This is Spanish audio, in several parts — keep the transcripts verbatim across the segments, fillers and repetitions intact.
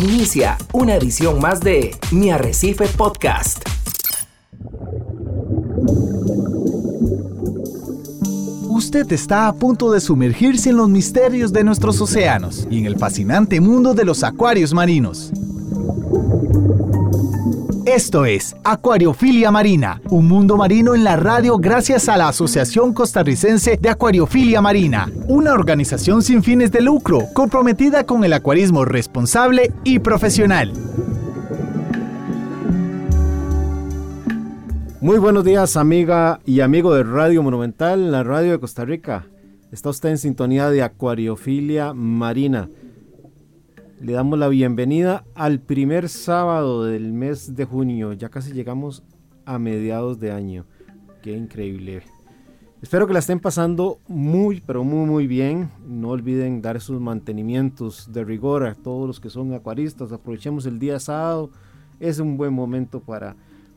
Inicia una edición más de Mi Arrecife Podcast. Usted está a punto de sumergirse en los misterios de nuestros océanos y en el fascinante mundo de los acuarios marinos. Esto es Acuariofilia Marina, un mundo marino en la radio gracias a la Asociación Costarricense de Acuariofilia Marina, una organización sin fines de lucro comprometida con el acuarismo responsable y profesional. Muy buenos días, amiga y amigo de Radio Monumental, la radio de Costa Rica. Está usted en sintonía de Acuariofilia Marina. Le damos la bienvenida al primer sábado del mes de junio. Ya casi llegamos a mediados de año. Qué increíble. Espero que la estén pasando muy, pero muy, muy bien. No olviden dar sus mantenimientos de rigor a todos los que son acuaristas. Aprovechemos el día sábado. Es un buen momento para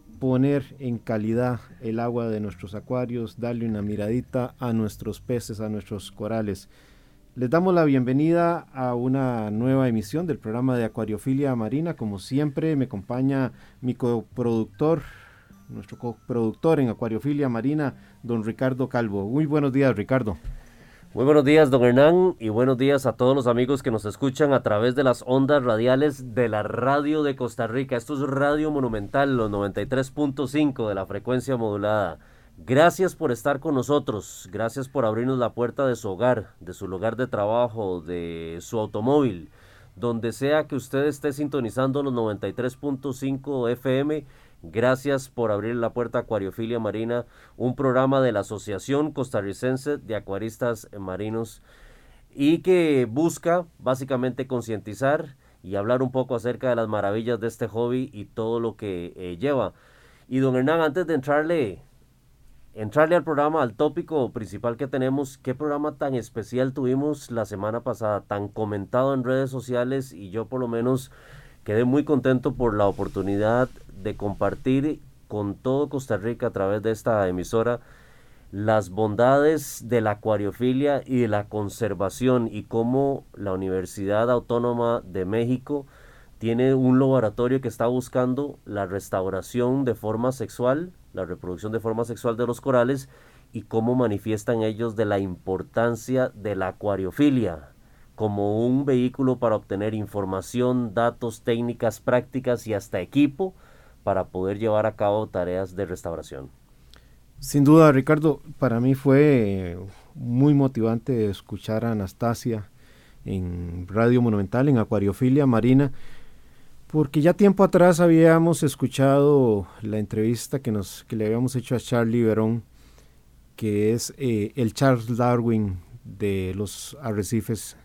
poner en calidad el agua de nuestros acuarios, darle una miradita a nuestros peces, a nuestros corales. Les damos la bienvenida a una nueva emisión del programa de Acuariofilia Marina. Como siempre me acompaña mi coproductor, nuestro coproductor en Acuariofilia Marina, don Ricardo Calvo. Muy buenos días, Ricardo. Muy buenos días, don Hernán, y buenos días a todos los amigos que nos escuchan a través de las ondas radiales de la radio de Costa Rica. Esto es Radio Monumental, los noventa y tres punto cinco de la frecuencia modulada. Gracias por estar con nosotros, gracias por abrirnos la puerta de su hogar, de su lugar de trabajo, de su automóvil, donde sea que usted esté sintonizando los noventa y tres punto cinco F M. Gracias por abrir la puerta a Acuariofilia Marina, un programa de la Asociación Costarricense de Acuaristas Marinos y que busca básicamente concientizar y hablar un poco acerca de las maravillas de este hobby y todo lo que eh, lleva. Y don Hernán, antes de entrarle... Entrarle al programa, al tópico principal que tenemos, qué programa tan especial tuvimos la semana pasada, tan comentado en redes sociales, y yo por lo menos quedé muy contento por la oportunidad de compartir con todo Costa Rica a través de esta emisora las bondades de la acuariofilia y de la conservación y cómo la Universidad Autónoma de México tiene un laboratorio que está buscando la restauración de forma sexual, la reproducción de forma sexual de los corales y cómo manifiestan ellos de la importancia de la acuariofilia como un vehículo para obtener información, datos, técnicas, prácticas y hasta equipo para poder llevar a cabo tareas de restauración. Sin duda, Ricardo, para mí fue muy motivante escuchar a Anastasia en Radio Monumental, en Acuariofilia Marina, porque ya tiempo atrás habíamos escuchado la entrevista que, nos, que le habíamos hecho a Charlie Verón, que es eh, el Charles Darwin de los arrecifes,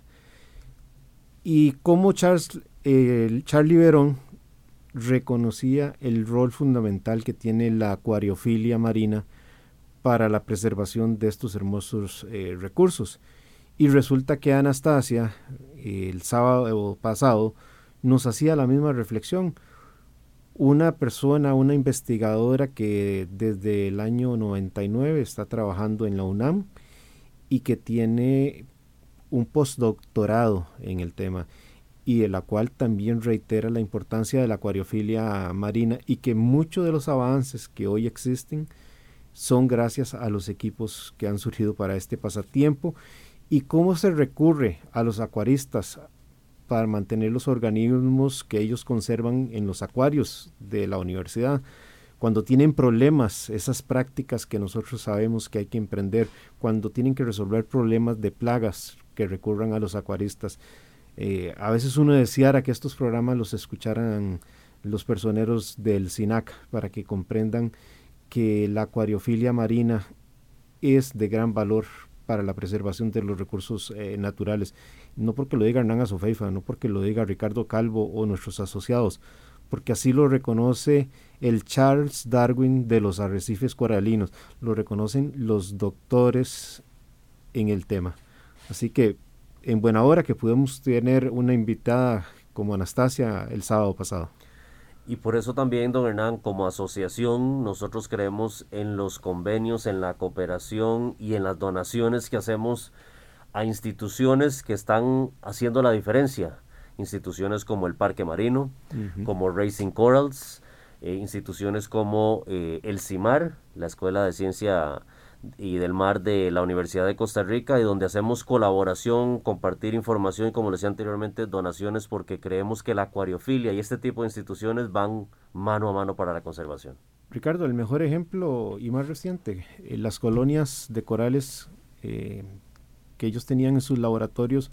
y cómo Charles, eh, Charlie Verón reconocía el rol fundamental que tiene la acuariofilia marina para la preservación de estos hermosos eh, recursos. Y resulta que Anastasia, eh, el sábado pasado, nos hacía la misma reflexión. Una persona, una investigadora que desde el año noventa y nueve está trabajando en la UNAM y que tiene un postdoctorado en el tema y de la cual también reitera la importancia de la acuariofilia marina y que muchos de los avances que hoy existen son gracias a los equipos que han surgido para este pasatiempo y cómo se recurre a los acuaristas para mantener los organismos que ellos conservan en los acuarios de la universidad. Cuando tienen problemas, esas prácticas que nosotros sabemos que hay que emprender, cuando tienen que resolver problemas de plagas, que recurran a los acuaristas. Eh, a veces uno deseara que estos programas los escucharan los personeros del SINAC para que comprendan que la acuariofilia marina es de gran valor para la preservación de los recursos eh, naturales, no porque lo diga Hernán Azofeifa, no porque lo diga Ricardo Calvo o nuestros asociados, porque así lo reconoce el Charles Darwin de los arrecifes coralinos, lo reconocen los doctores en el tema. Así que en buena hora que pudimos tener una invitada como Anastasia el sábado pasado. Y por eso también, don Hernán, como asociación, nosotros creemos en los convenios, en la cooperación y en las donaciones que hacemos a instituciones que están haciendo la diferencia. instituciones como el Parque Marino, Uh-huh. como Racing Corals, eh, instituciones como eh, el CIMAR, la Escuela de Ciencia y del Mar de la Universidad de Costa Rica, y donde hacemos colaboración, compartir información y, como les decía anteriormente, donaciones, porque creemos que la acuariofilia y este tipo de instituciones van mano a mano para la conservación. Ricardo, el mejor ejemplo y más reciente, eh, las colonias de corales eh, que ellos tenían en sus laboratorios,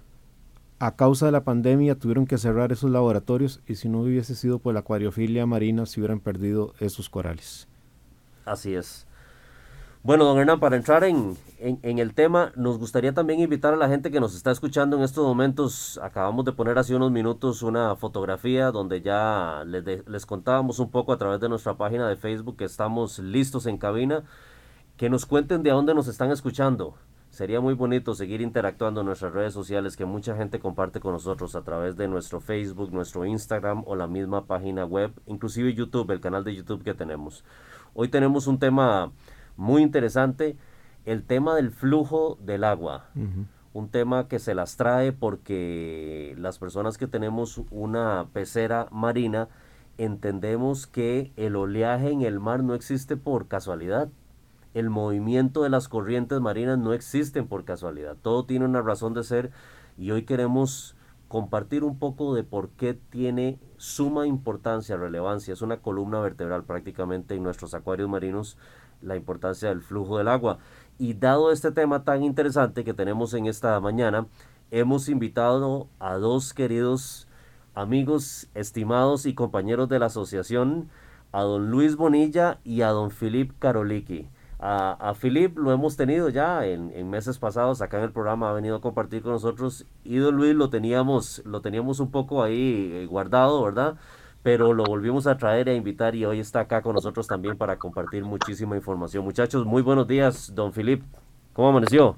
a causa de la pandemia tuvieron que cerrar esos laboratorios, y si no hubiese sido por la acuariofilia marina se hubieran perdido esos corales. Así es. Bueno, don Hernán, para entrar en, en, en el tema, nos gustaría también invitar a la gente que nos está escuchando en estos momentos. Acabamos de poner hace unos minutos una fotografía donde ya les, de, les contábamos un poco a través de nuestra página de Facebook que estamos listos en cabina. Que nos cuenten de dónde nos están escuchando. Sería muy bonito seguir interactuando en nuestras redes sociales, que mucha gente comparte con nosotros a través de nuestro Facebook, nuestro Instagram o la misma página web, inclusive YouTube, el canal de YouTube que tenemos. Hoy tenemos un tema muy interesante, el tema del flujo del agua. Uh-huh. Un tema que se las trae porque las personas que tenemos una pecera marina entendemos que el oleaje en el mar no existe por casualidad. El movimiento de las corrientes marinas no existen por casualidad. Todo tiene una razón de ser, y hoy queremos compartir un poco de por qué tiene suma importancia, relevancia. Es una columna vertebral prácticamente en nuestros acuarios marinos, la importancia del flujo del agua. Y dado este tema tan interesante que tenemos en esta mañana, hemos invitado a dos queridos amigos, estimados y compañeros de la asociación, a don Luis Bonilla y a don Filip Karoliki. A, a Filip lo hemos tenido ya en, en meses pasados acá en el programa, ha venido a compartir con nosotros, y don Luis lo teníamos, lo teníamos un poco ahí eh, guardado, ¿verdad? Pero lo volvimos a traer e invitar, y hoy está acá con nosotros también para compartir muchísima información. Muchachos, muy buenos días, don Filip. ¿Cómo amaneció?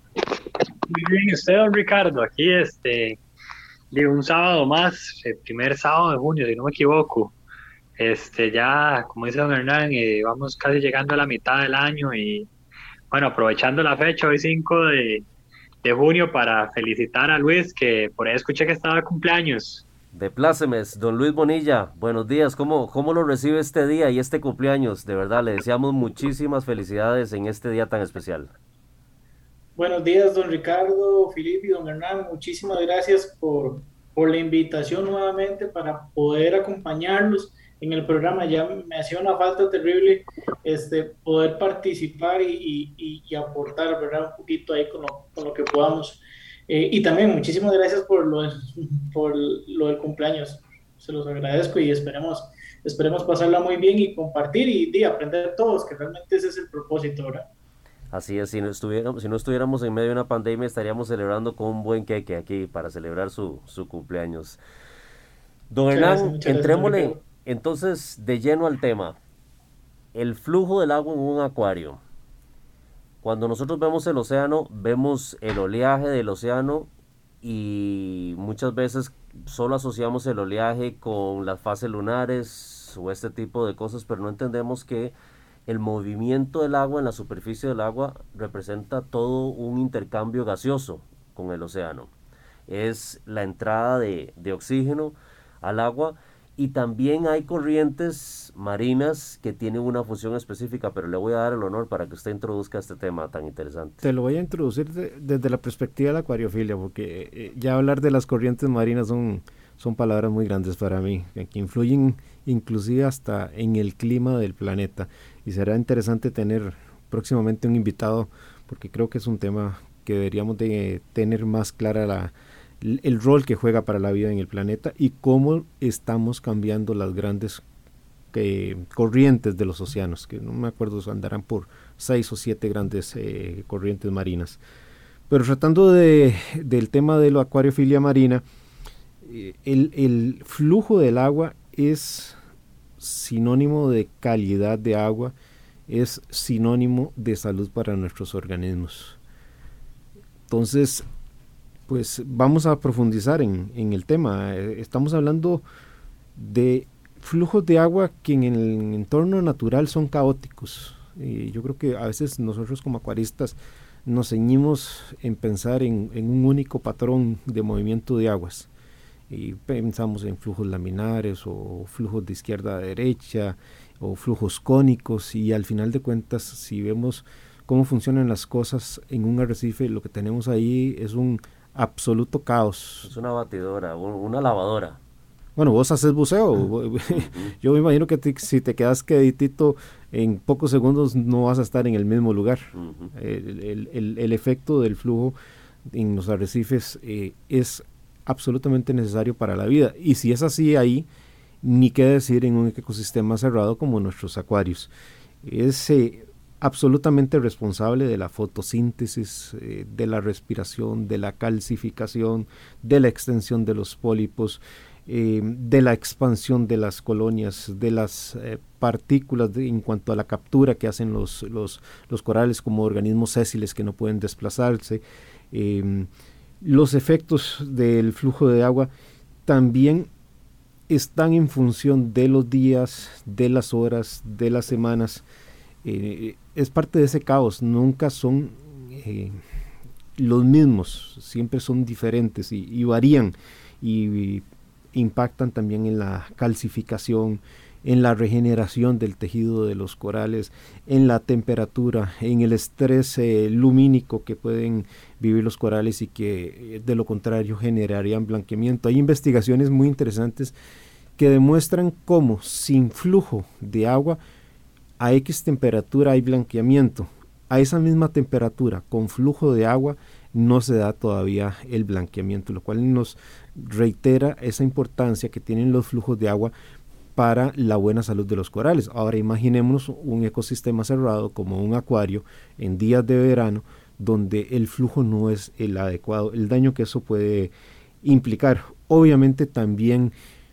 Muy bien, usted, don Ricardo. Aquí este, de un sábado más, el primer sábado de junio, si no me equivoco. Este, ya, como dice don Hernán, eh, vamos casi llegando a la mitad del año, y bueno, aprovechando la fecha, hoy cinco de, de junio, para felicitar a Luis, que por ahí escuché que estaba de cumpleaños. De plácemes, don Luis Bonilla, buenos días. ¿Cómo, cómo lo recibe este día y este cumpleaños? De verdad, le deseamos muchísimas felicidades en este día tan especial. Buenos días, don Ricardo, Filip y don Hernán. Muchísimas gracias por, por la invitación nuevamente para poder acompañarlos en el programa. Ya me hacía una falta terrible este, poder participar y, y, y aportar, ¿verdad? Un poquito ahí con lo, con lo que podamos. Eh, y también muchísimas gracias por lo, por lo del cumpleaños. Se los agradezco, y esperemos, esperemos pasarla muy bien y compartir y, y aprender todos, que realmente ese es el propósito, ¿verdad? Así es, si no estuviéramos, si no estuviéramos en medio de una pandemia, estaríamos celebrando con un buen queque aquí para celebrar su, su cumpleaños. Don Hernán, entrémosle entonces de lleno al tema. El flujo del agua en un acuario. Cuando nosotros vemos el océano, vemos el oleaje del océano, y muchas veces solo asociamos el oleaje con las fases lunares o este tipo de cosas, pero no entendemos que el movimiento del agua en la superficie del agua representa todo un intercambio gaseoso con el océano. Es la entrada de, de oxígeno al agua, y también hay corrientes marinas que tienen una función específica, pero le voy a dar el honor para que usted introduzca este tema tan interesante. Te lo voy a introducir de, desde la perspectiva de la acuariofilia, porque eh, ya hablar de las corrientes marinas son, son palabras muy grandes para mí, que influyen inclusive hasta en el clima del planeta, y será interesante tener próximamente un invitado, porque creo que es un tema que deberíamos de tener más clara la el rol que juega para la vida en el planeta, y cómo estamos cambiando las grandes eh, corrientes de los océanos, que no me acuerdo, andarán por seis o siete grandes eh, corrientes marinas. Pero tratando de, del tema de la acuariofilia marina, eh, el, el flujo del agua es sinónimo de calidad de agua, es sinónimo de salud para nuestros organismos. Entonces, pues vamos a profundizar en, en el tema. Estamos hablando de flujos de agua que en el entorno natural son caóticos. Y yo creo que a veces nosotros como acuaristas nos ceñimos en pensar en, en un único patrón de movimiento de aguas. y pensamos en flujos laminares o flujos de izquierda a derecha o flujos cónicos, y al final de cuentas, si vemos cómo funcionan las cosas en un arrecife, lo que tenemos ahí es un absoluto caos. Es una batidora, una lavadora. Bueno, vos haces buceo. Uh-huh. Yo me imagino que te, si te quedas queditito en pocos segundos no vas a estar en el mismo lugar. Uh-huh. El, el, el, el efecto del flujo en los arrecifes eh, es absolutamente necesario para la vida. Y si es así ahí, ni qué decir en un ecosistema cerrado como nuestros acuarios. Es eh, absolutamente responsable de la fotosíntesis, eh, de la respiración, de la calcificación, de la extensión de los pólipos, Eh, de la expansión de las colonias, de las eh, partículas de, en cuanto a la captura que hacen los, los, los corales como organismos sésiles que no pueden desplazarse. Eh, los efectos del flujo de agua también están en función de los días, de las horas, de las semanas. Eh, es parte de ese caos, nunca son eh, los mismos, siempre son diferentes y, y varían y, y impactan también en la calcificación, en la regeneración del tejido de los corales, en la temperatura, en el estrés eh, lumínico que pueden vivir los corales y que de lo contrario generarían blanqueamiento. Hay investigaciones muy interesantes que demuestran cómo sin flujo de agua a X temperatura hay blanqueamiento. A esa misma temperatura con flujo de agua no se da todavía el blanqueamiento, lo cual nos reitera esa importancia que tienen los flujos de agua para la buena salud de los corales. Ahora imaginémonos un ecosistema cerrado como un acuario en días de verano donde el flujo no es el adecuado, el daño que eso puede implicar. Obviamente también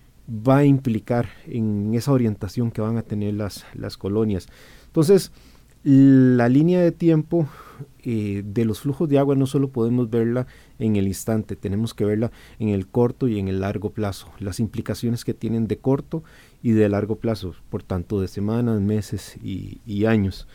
va a implicar en esa orientación que van a tener las, las colonias. Entonces, la línea de tiempo eh, de los flujos de agua no solo podemos verla en el instante, tenemos que verla en el corto y en el largo plazo, las implicaciones que tienen de corto y de largo plazo, por tanto de semanas, meses y, y años.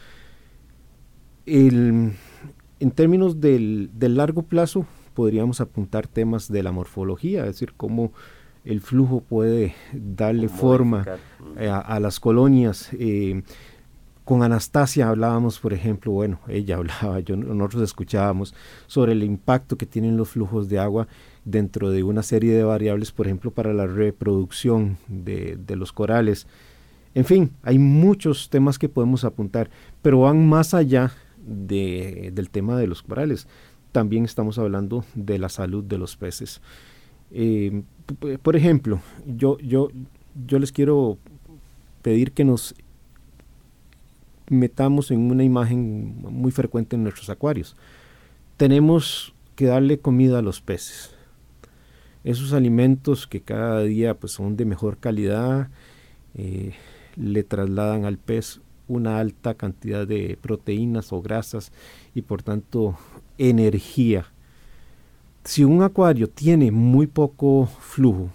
El, en términos del, del largo plazo, podríamos apuntar temas de la morfología, es decir, cómo el flujo puede darle forma a, a las colonias. Eh, Con Anastasia hablábamos, por ejemplo, bueno, ella hablaba, yo, nosotros escuchábamos sobre el impacto que tienen los flujos de agua dentro de una serie de variables, por ejemplo, para la reproducción de, de los corales. En fin, hay muchos temas que podemos apuntar, pero van más allá de, del tema de los corales. También estamos hablando de la salud de los peces. Eh, p- por ejemplo, yo, yo, yo les quiero pedir que nos metamos en una imagen muy frecuente en nuestros acuarios. Tenemos que darle comida a los peces. Esos alimentos que cada día pues, son de mejor calidad, eh, le trasladan al pez una alta cantidad de proteínas o grasas y por tanto energía. Si un acuario tiene muy poco flujo,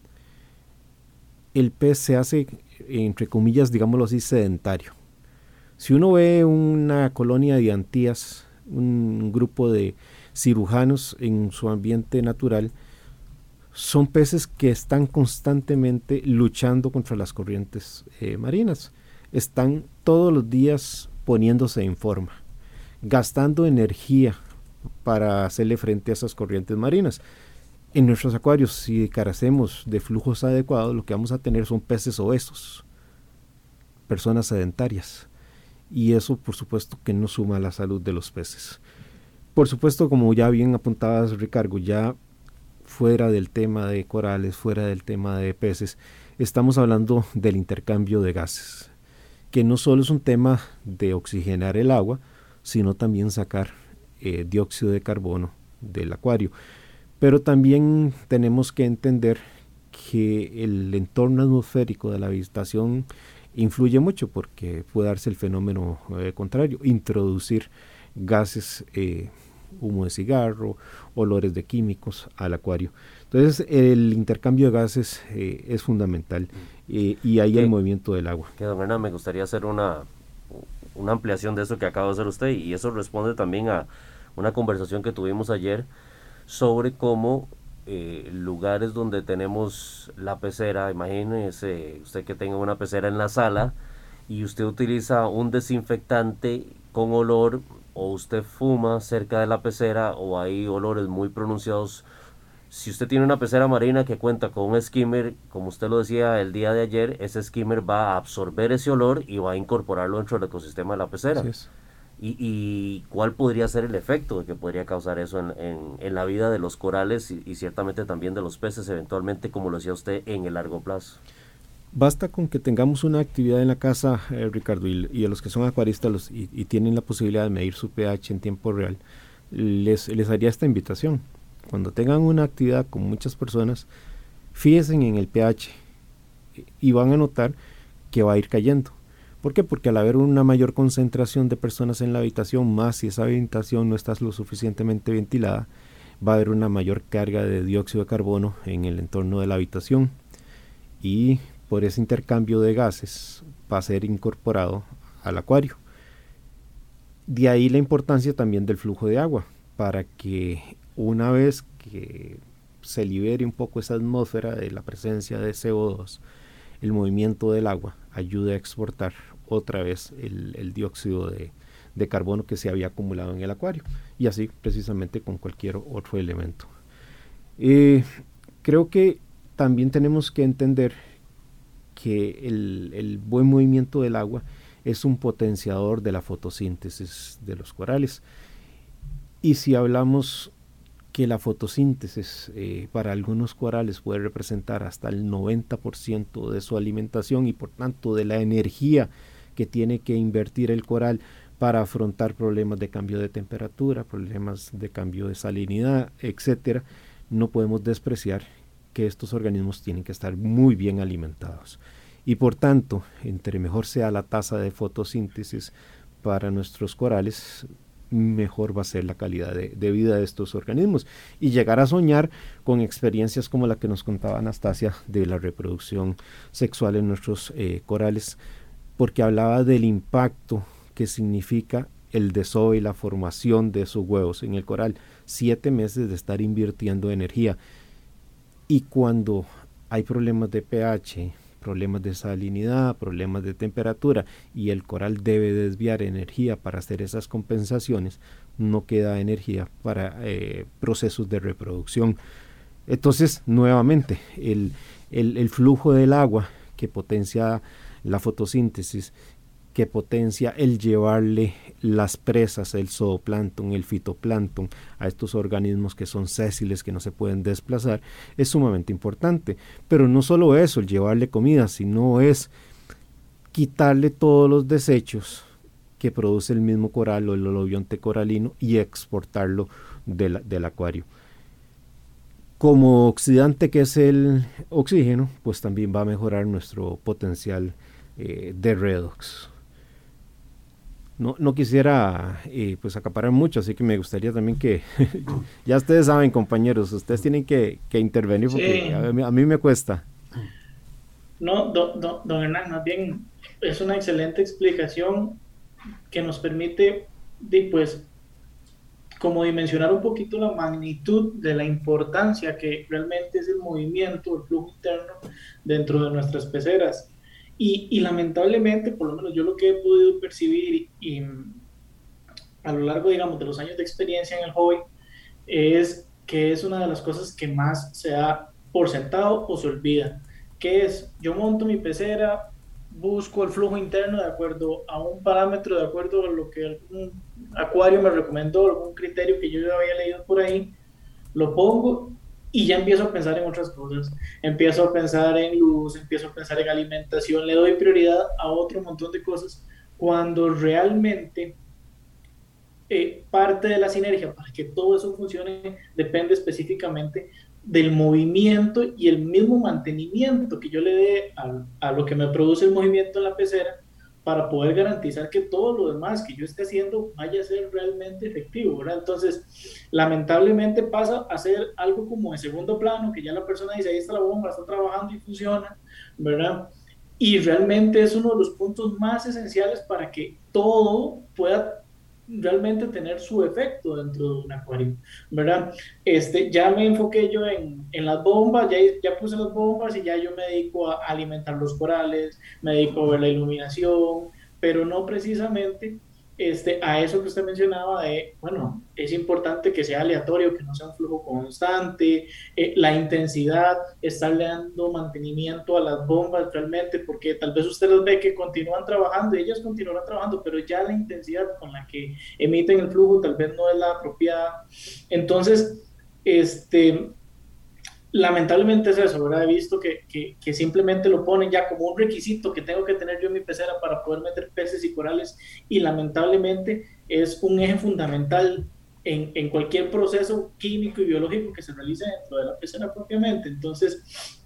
el pez se hace, entre comillas, digámoslo así, sedentario. Si uno ve una colonia de antías, un grupo de cirujanos en su ambiente natural, son peces que están constantemente luchando contra las corrientes eh, marinas. Están todos los días poniéndose en forma, gastando energía para hacerle frente a esas corrientes marinas. En nuestros acuarios, si carecemos de flujos adecuados, lo que vamos a tener son peces obesos, personas sedentarias. Y eso, por supuesto, que no suma a la salud de los peces. Por supuesto, como ya bien apuntabas, Ricardo, ya fuera del tema de corales, fuera del tema de peces, estamos hablando del intercambio de gases, que no solo es un tema de oxigenar el agua, sino también sacar eh, dióxido de carbono del acuario. Pero también tenemos que entender que el entorno atmosférico de la vegetación influye mucho porque puede darse el fenómeno eh, contrario, introducir gases, eh, humo de cigarro, olores de químicos al acuario. Entonces el intercambio de gases eh, es fundamental eh, y ahí el movimiento del agua. Que don Hernán, me gustaría hacer una, una ampliación de eso que acaba de hacer usted, y eso responde también a una conversación que tuvimos ayer sobre cómo eh, lugares donde tenemos la pecera, imagínese usted que tenga una pecera en la sala y usted utiliza un desinfectante con olor, o usted fuma cerca de la pecera, o hay olores muy pronunciados. Si usted tiene una pecera marina que cuenta con un skimmer, como usted lo decía el día de ayer, ese skimmer va a absorber ese olor y va a incorporarlo dentro del ecosistema de la pecera. Sí, y, ¿Y cuál podría ser el efecto que podría causar eso en, en, en la vida de los corales y, y ciertamente también de los peces, eventualmente, como lo decía usted, en el largo plazo? Basta con que tengamos una actividad en la casa, eh, Ricardo, y, y a los que son acuaristas los, y, y tienen la posibilidad de medir su pH en tiempo real, les, les haría esta invitación. Cuando tengan una actividad con muchas personas, fíjense en el pH y van a notar que va a ir cayendo. ¿Por qué? Porque al haber una mayor concentración de personas en la habitación, más si esa habitación no está lo suficientemente ventilada, va a haber una mayor carga de dióxido de carbono en el entorno de la habitación, y por ese intercambio de gases va a ser incorporado al acuario. De ahí la importancia también del flujo de agua, para que una vez que se libere un poco esa atmósfera de la presencia de C O dos, el movimiento del agua ayude a exportar otra vez el, el dióxido de, de carbono que se había acumulado en el acuario, y así precisamente con cualquier otro elemento. Eh, creo que también tenemos que entender que el, el buen movimiento del agua es un potenciador de la fotosíntesis de los corales. Y si hablamos que la fotosíntesis eh, para algunos corales puede representar hasta el noventa por ciento de su alimentación y por tanto de la energía que tiene que invertir el coral para afrontar problemas de cambio de temperatura, problemas de cambio de salinidad, etcétera, no podemos despreciar que estos organismos tienen que estar muy bien alimentados. Y por tanto, entre mejor sea la tasa de fotosíntesis para nuestros corales, mejor va a ser la calidad de, de vida de estos organismos, y llegar a soñar con experiencias como la que nos contaba Anastasia de la reproducción sexual en nuestros eh, corales, porque hablaba del impacto que significa el desove y la formación de sus huevos en el coral, siete meses de estar invirtiendo energía. Y cuando hay problemas de pH, problemas de salinidad, problemas de temperatura, y el coral debe desviar energía para hacer esas compensaciones, no queda energía para eh, procesos de reproducción. Entonces, nuevamente, el, el, el flujo del agua que potencia la fotosíntesis, que potencia el llevarle las presas, el zooplancton, el fitoplancton a estos organismos que son sésiles, que no se pueden desplazar, es sumamente importante. Pero no solo eso, el llevarle comida, sino es quitarle todos los desechos que produce el mismo coral o el holobionte coralino y exportarlo de la, del acuario. Como oxidante que es el oxígeno, pues también va a mejorar nuestro potencial eh, de redox. No, no quisiera eh, pues acaparar mucho, así que me gustaría también que, ya ustedes saben, compañeros, ustedes tienen que, que intervenir porque sí. a, mí, a mí me cuesta. No, don, don, don Hernán, más bien es una excelente explicación que nos permite, pues, como dimensionar un poquito la magnitud de la importancia que realmente es el movimiento, el flujo interno dentro de nuestras peceras. Y, y lamentablemente, por lo menos yo lo que he podido percibir y, y a lo largo, digamos, de los años de experiencia en el hobby, es que es una de las cosas que más se da por sentado o se olvida, que es, yo monto mi pecera, busco el flujo interno de acuerdo a un parámetro, de acuerdo a lo que algún acuario me recomendó, algún criterio que yo ya había leído por ahí, lo pongo y ya empiezo a pensar en otras cosas, empiezo a pensar en luz, empiezo a pensar en alimentación, le doy prioridad a otro montón de cosas, cuando realmente eh, parte de la sinergia para que todo eso funcione depende específicamente del movimiento y el mismo mantenimiento que yo le dé a, a lo que me produce el movimiento en la pecera, para poder garantizar que todo lo demás que yo esté haciendo vaya a ser realmente efectivo, ¿verdad? Entonces, lamentablemente pasa a ser algo como de segundo plano, que ya la persona dice, ahí está la bomba, está trabajando y funciona, ¿verdad? Y realmente es uno de los puntos más esenciales para que todo pueda realmente tener su efecto dentro de un acuario, ¿verdad? Este, ya me enfoqué yo en, en las bombas, ya, ya puse las bombas y ya yo me dedico a alimentar los corales, me dedico a ver la iluminación, pero no precisamente este, a eso que usted mencionaba de, bueno, es importante que sea aleatorio, que no sea un flujo constante, eh, la intensidad, estarle dando mantenimiento a las bombas realmente, porque tal vez usted los ve que continúan trabajando y ellas continuarán trabajando, pero ya la intensidad con la que emiten el flujo tal vez no es la apropiada. Entonces, este, lamentablemente es eso, ¿verdad? He visto que, que, que, simplemente lo ponen ya como un requisito que tengo que tener yo en mi pecera para poder meter peces y corales, y lamentablemente es un eje fundamental en, en cualquier proceso químico y biológico que se realice dentro de la pecera propiamente. Entonces,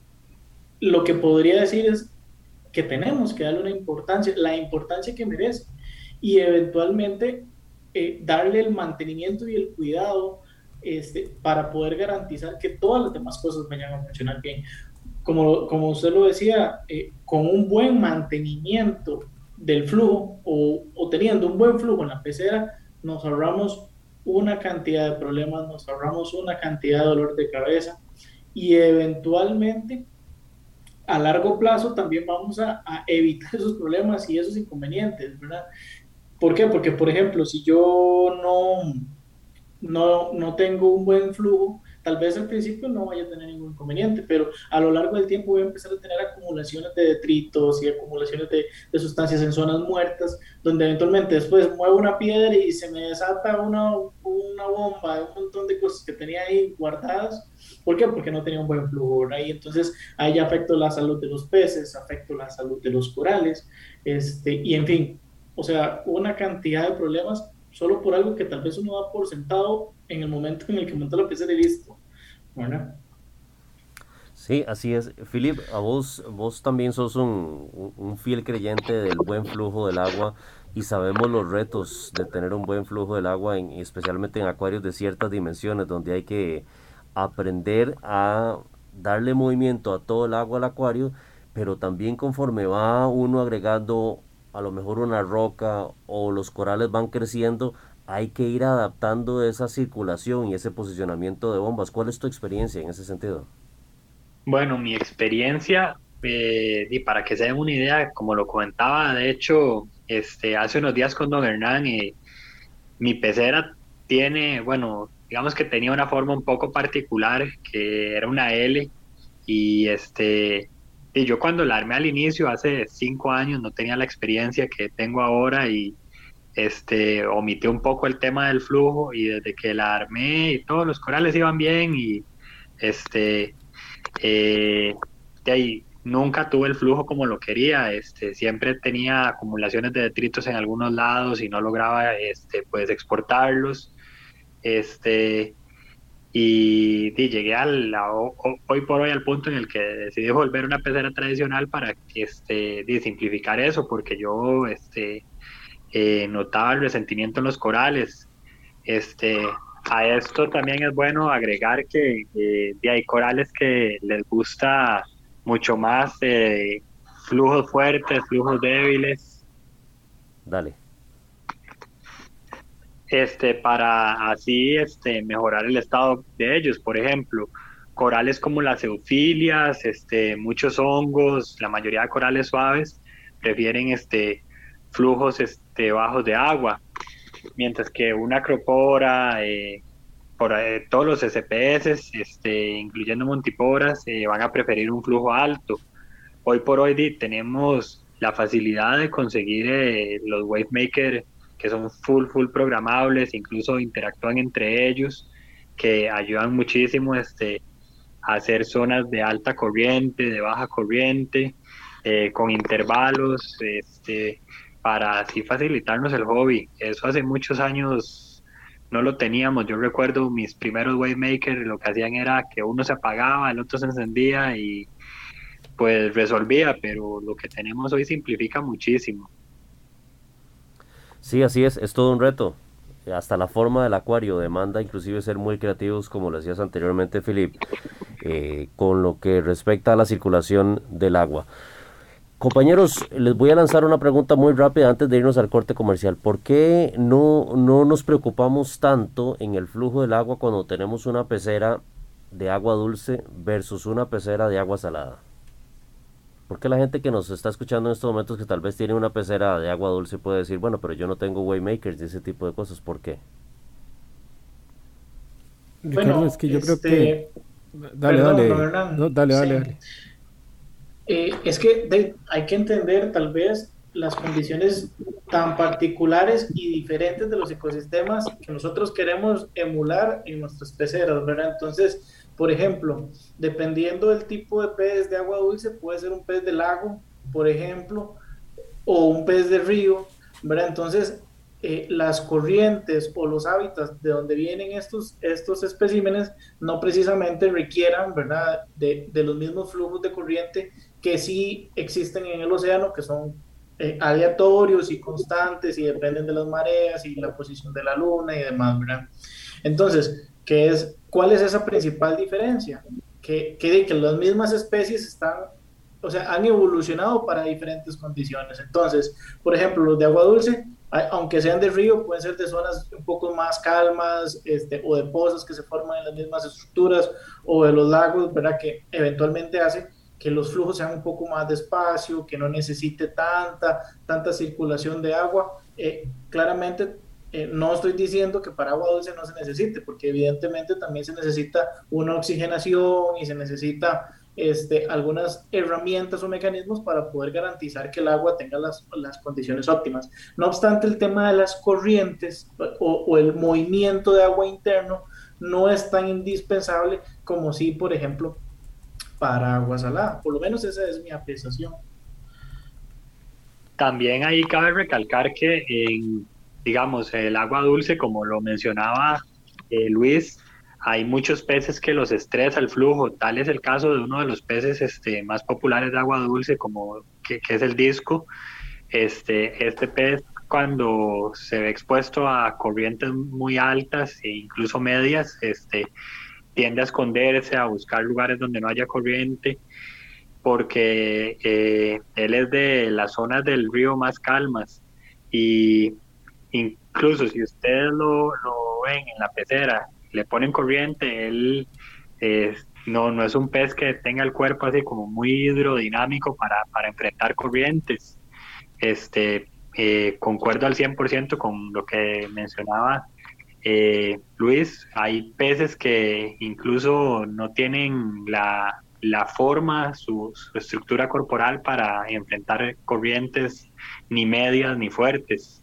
lo que podría decir es que tenemos que darle una importancia, la importancia que merece, y eventualmente eh, darle el mantenimiento y el cuidado Este, para poder garantizar que todas las demás cosas vayan a funcionar bien. Como, como usted lo decía, eh, con un buen mantenimiento del flujo o, o teniendo un buen flujo en la pecera, nos ahorramos una cantidad de problemas, nos ahorramos una cantidad de dolor de cabeza, y eventualmente a largo plazo también vamos a, a evitar esos problemas y esos inconvenientes, ¿verdad? ¿Por qué? Porque, por ejemplo, si yo no No, no tengo un buen flujo, tal vez al principio no vaya a tener ningún inconveniente, pero a lo largo del tiempo voy a empezar a tener acumulaciones de detritos y acumulaciones de, de sustancias en zonas muertas, donde eventualmente después muevo una piedra y se me desata una, una bomba de un montón de cosas que tenía ahí guardadas. ¿Por qué? Porque no tenía un buen flujo, ¿verdad? Y entonces ahí ya afecto la salud de los peces, afecto la salud de los corales, este, y en fin, o sea, una cantidad de problemas solo por algo que tal vez uno da por sentado en el momento en el que monta la pecera y listo, ¿verdad? Sí, así es. Philip, a vos, vos también sos un, un fiel creyente del buen flujo del agua, y sabemos los retos de tener un buen flujo del agua, en, especialmente en acuarios de ciertas dimensiones, donde hay que aprender a darle movimiento a todo el agua al acuario, pero también conforme va uno agregando a lo mejor una roca o los corales van creciendo, hay que ir adaptando esa circulación y ese posicionamiento de bombas. ¿Cuál es tu experiencia en ese sentido? Bueno, mi experiencia, eh, y para que se den una idea, como lo comentaba, de hecho, este, hace unos días con don Hernán, eh, mi pecera tiene, bueno, digamos que tenía una forma un poco particular, que era una L, y este... Y yo cuando la armé al inicio, hace cinco años, no tenía la experiencia que tengo ahora, y este, omité un poco el tema del flujo, y desde que la armé y todos los corales iban bien, y este, eh, de ahí nunca tuve el flujo como lo quería. Este, siempre tenía acumulaciones de detritos en algunos lados y no lograba este, pues, exportarlos. Este, Y, y llegué al, a, hoy por hoy al punto en el que decidí volver una pecera tradicional para este, de simplificar eso, porque yo este, eh, notaba el resentimiento en los corales. Este, a esto también es bueno agregar que eh, hay corales que les gusta mucho más eh, flujos fuertes, flujos débiles. Dale. Este, para así este, mejorar el estado de ellos. Por ejemplo, corales como las eufilias, este, muchos hongos, la mayoría de corales suaves prefieren este, flujos este, bajos de agua, mientras que una acropora, eh, por, eh, todos los S P S, este, incluyendo montiporas, eh, van a preferir un flujo alto. Hoy por hoy tenemos la facilidad de conseguir eh, los wavemaker que son full, full programables, incluso interactúan entre ellos, que ayudan muchísimo este, a hacer zonas de alta corriente, de baja corriente, eh, con intervalos, este, para así facilitarnos el hobby. Eso hace muchos años no lo teníamos. Yo recuerdo mis primeros wavemakers, lo que hacían era que uno se apagaba, el otro se encendía y pues resolvía, pero lo que tenemos hoy simplifica muchísimo. Sí, así es, es todo un reto. Hasta la forma del acuario demanda inclusive ser muy creativos, como lo decías anteriormente, Philip, eh, con lo que respecta a la circulación del agua. Compañeros, les voy a lanzar una pregunta muy rápida antes de irnos al corte comercial. ¿Por qué no, no nos preocupamos tanto en el flujo del agua cuando tenemos una pecera de agua dulce versus una pecera de agua salada? ¿Por qué la gente que nos está escuchando en estos momentos que tal vez tiene una pecera de agua dulce puede decir, bueno, pero yo no tengo Waymakers y ese tipo de cosas? ¿Por qué? Ricardo, Bueno, es que yo este, creo que... Dale, perdón, dale. don Hernán. No, dale, dale, Sí. dale. Eh, es que de- hay que entender tal vez las condiciones tan particulares y diferentes de los ecosistemas que nosotros queremos emular en nuestras peceras, ¿verdad? Entonces, por ejemplo, dependiendo del tipo de pez de agua dulce, puede ser un pez de lago, por ejemplo, o un pez de río, ¿verdad? Entonces, eh, las corrientes o los hábitats de donde vienen estos, estos especímenes no precisamente requieran, ¿verdad?, de, de los mismos flujos de corriente que sí existen en el océano, que son eh, aleatorios y constantes y dependen de las mareas y la posición de la luna y demás, ¿verdad? Entonces, ¿qué es, ¿cuál es esa principal diferencia? Que, que, que las mismas especies están, o sea, han evolucionado para diferentes condiciones. Entonces, por ejemplo, los de agua dulce, aunque sean de río, pueden ser de zonas un poco más calmas, este, o de pozas que se forman en las mismas estructuras, o de los lagos, ¿verdad?, que eventualmente hace que los flujos sean un poco más despacio, que no necesite tanta, tanta circulación de agua. Eh, claramente, eh, no estoy diciendo que para agua dulce no se necesite, porque evidentemente también se necesita una oxigenación y se necesita este, algunas herramientas o mecanismos para poder garantizar que el agua tenga las, las condiciones óptimas. No obstante, el tema de las corrientes o, o el movimiento de agua interno no es tan indispensable como si, por ejemplo, para agua salada. Por lo menos esa es mi apreciación. También ahí cabe recalcar que en, digamos, el agua dulce, como lo mencionaba eh, Luis, hay muchos peces que los estresa el flujo. Tal es el caso de uno de los peces este, más populares de agua dulce, como que, que es el disco. Este, este pez, cuando se ve expuesto a corrientes muy altas e incluso medias, este, tiende a esconderse, a buscar lugares donde no haya corriente, porque eh, él es de las zonas del río más calmas, y incluso si ustedes lo, lo ven en la pecera, le ponen corriente, él eh, no, no es un pez que tenga el cuerpo así como muy hidrodinámico para, para enfrentar corrientes. Este, eh, concuerdo al cien por ciento con lo que mencionaba eh, Luis. Hay peces que incluso no tienen la la forma, su, su estructura corporal para enfrentar corrientes ni medias ni fuertes.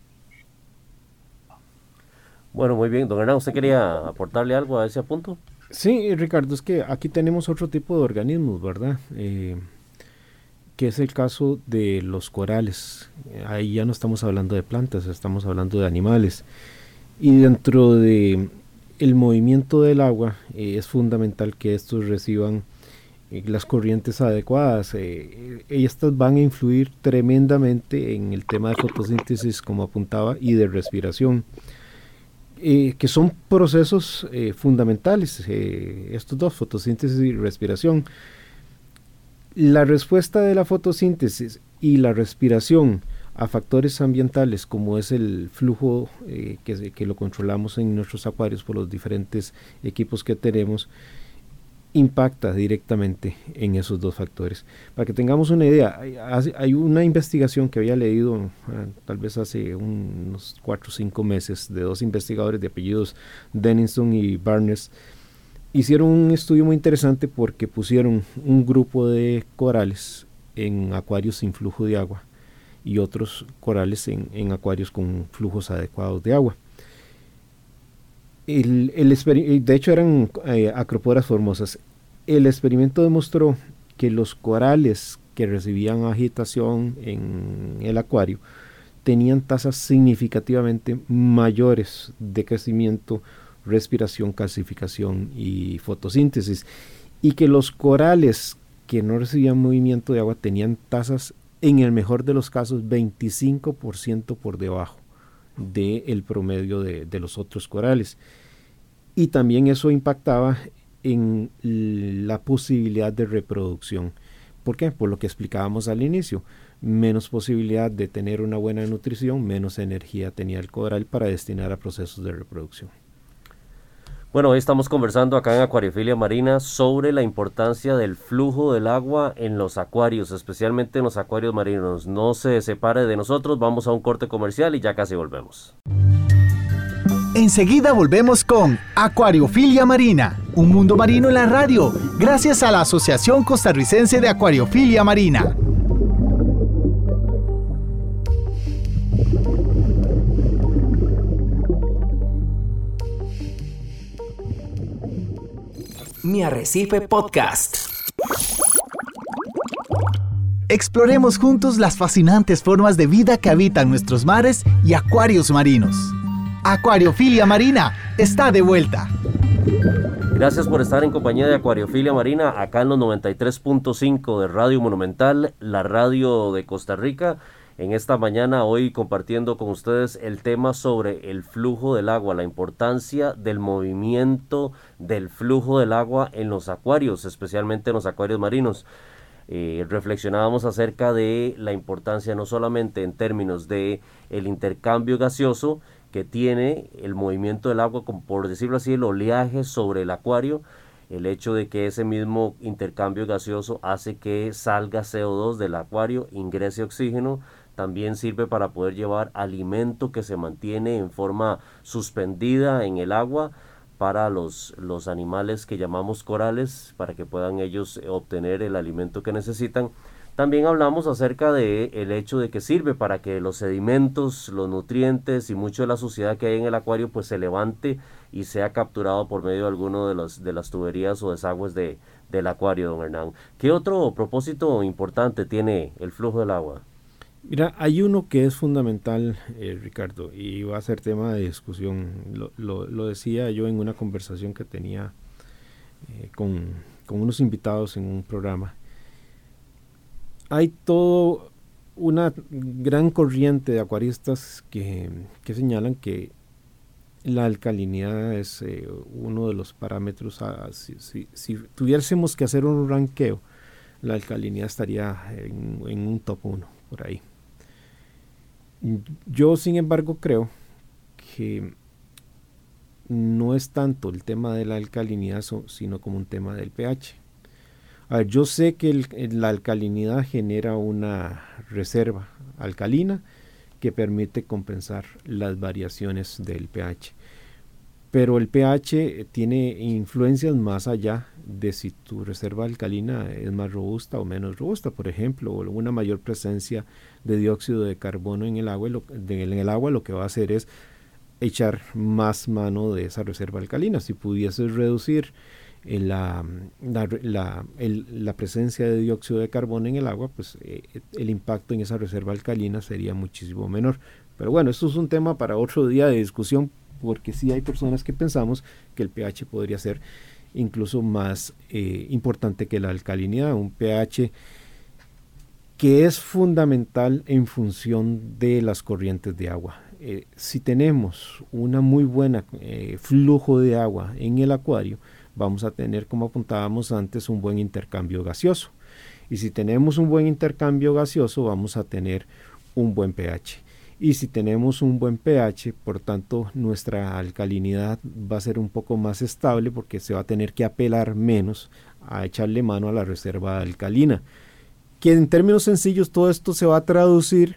Bueno, muy bien. Don Hernán, ¿usted quería aportarle algo a ese punto? Sí, Ricardo, es que aquí tenemos otro tipo de organismos, ¿verdad? Eh, que es el caso de los corales. Ahí ya no estamos hablando de plantas, estamos hablando de animales. Y dentro de el movimiento del agua, eh, es fundamental que estos reciban las corrientes adecuadas. Eh, estas van a influir tremendamente en el tema de fotosíntesis, como apuntaba, y de respiración, eh, que son procesos eh, fundamentales, eh, estos dos, fotosíntesis y respiración. La respuesta de la fotosíntesis y la respiración a factores ambientales, como es el flujo eh, que, que lo controlamos en nuestros acuarios por los diferentes equipos que tenemos, impacta directamente en esos dos factores. Para que tengamos una idea, hay, hay una investigación que había leído uh, tal vez hace unos cuatro o cinco meses, de dos investigadores de apellidos Denniston y Barnes. Hicieron un estudio muy interesante porque pusieron un grupo de corales en acuarios sin flujo de agua y otros corales en, en acuarios con flujos adecuados de agua. El, el de hecho eran eh, acroporas formosas. El experimento demostró que los corales que recibían agitación en el acuario tenían tasas significativamente mayores de crecimiento, respiración, calcificación y fotosíntesis, y que los corales que no recibían movimiento de agua tenían tasas, en el mejor de los casos, veinticinco por ciento por debajo del promedio de, de los otros corales. Y también eso impactaba en la posibilidad de reproducción. ¿Por qué? Por lo que explicábamos al inicio. menos posibilidad de tener una buena nutrición, menos energía tenía el coral para destinar a procesos de reproducción. Bueno, hoy estamos conversando acá en Acuariofilia Marina sobre la importancia del flujo del agua en los acuarios, especialmente en los acuarios marinos. No se separe de nosotros, vamos a un corte comercial y ya casi volvemos. Enseguida volvemos con Acuariofilia Marina, un mundo marino en la radio, gracias a la Asociación Costarricense de Acuariofilia Marina. Mi Arrecife Podcast. Exploremos juntos las fascinantes formas de vida que habitan nuestros mares y acuarios marinos. Acuariofilia Marina está de vuelta. Gracias por estar en compañía de Acuariofilia Marina, acá en los noventa y tres punto cinco de Radio Monumental, la radio de Costa Rica. En esta mañana, hoy compartiendo con ustedes el tema sobre el flujo del agua, la importancia del movimiento del flujo del agua en los acuarios, especialmente en los acuarios marinos. Eh, reflexionábamos acerca de la importancia no solamente en términos de el intercambio gaseoso que tiene el movimiento del agua, como por decirlo así, el oleaje sobre el acuario, el hecho de que ese mismo intercambio gaseoso hace que salga C O dos del acuario, ingrese oxígeno. También sirve para poder llevar alimento que se mantiene en forma suspendida en el agua para los, los animales que llamamos corales, para que puedan ellos obtener el alimento que necesitan. También hablamos acerca de el hecho de que sirve para que los sedimentos, los nutrientes y mucho de la suciedad que hay en el acuario pues se levante y sea capturado por medio de alguno de, los, de las tuberías o desagües de, del acuario, don Hernán. ¿Qué otro propósito importante tiene el flujo del agua? Mira, hay uno que es fundamental, eh, Ricardo, y va a ser tema de discusión. Lo, lo, lo decía yo en una conversación que tenía eh, con, con unos invitados en un programa. Hay toda una gran corriente de acuaristas que, que señalan que la alcalinidad es eh, uno de los parámetros. A, si, si, si tuviésemos que hacer un ranqueo, la alcalinidad estaría en, en un top uno, por ahí. Yo, sin embargo, creo que no es tanto el tema de la alcalinidad, sino como un tema del pH. A ver, yo sé que el, la alcalinidad genera una reserva alcalina que permite compensar las variaciones del pH. Pero el pH tiene influencias más allá de si tu reserva alcalina es más robusta o menos robusta. Por ejemplo, una mayor presencia de dióxido de carbono en el agua, lo, de, en el agua lo que va a hacer es echar más mano de esa reserva alcalina. Si pudieses reducir eh, la, la, la, el, la presencia de dióxido de carbono en el agua, pues eh, el impacto en esa reserva alcalina sería muchísimo menor. Pero bueno, esto es un tema para otro día de discusión, porque sí hay personas que pensamos que el pH podría ser incluso más eh, importante que la alcalinidad, un pH que es fundamental en función de las corrientes de agua. Eh, si tenemos una muy buena eh, flujo de agua en el acuario, vamos a tener, como apuntábamos antes, un buen intercambio gaseoso. Y si tenemos un buen intercambio gaseoso, vamos a tener un buen pH. Y si tenemos un buen pH, por tanto, nuestra alcalinidad va a ser un poco más estable porque se va a tener que apelar menos a echarle mano a la reserva alcalina. Que en términos sencillos todo esto se va a traducir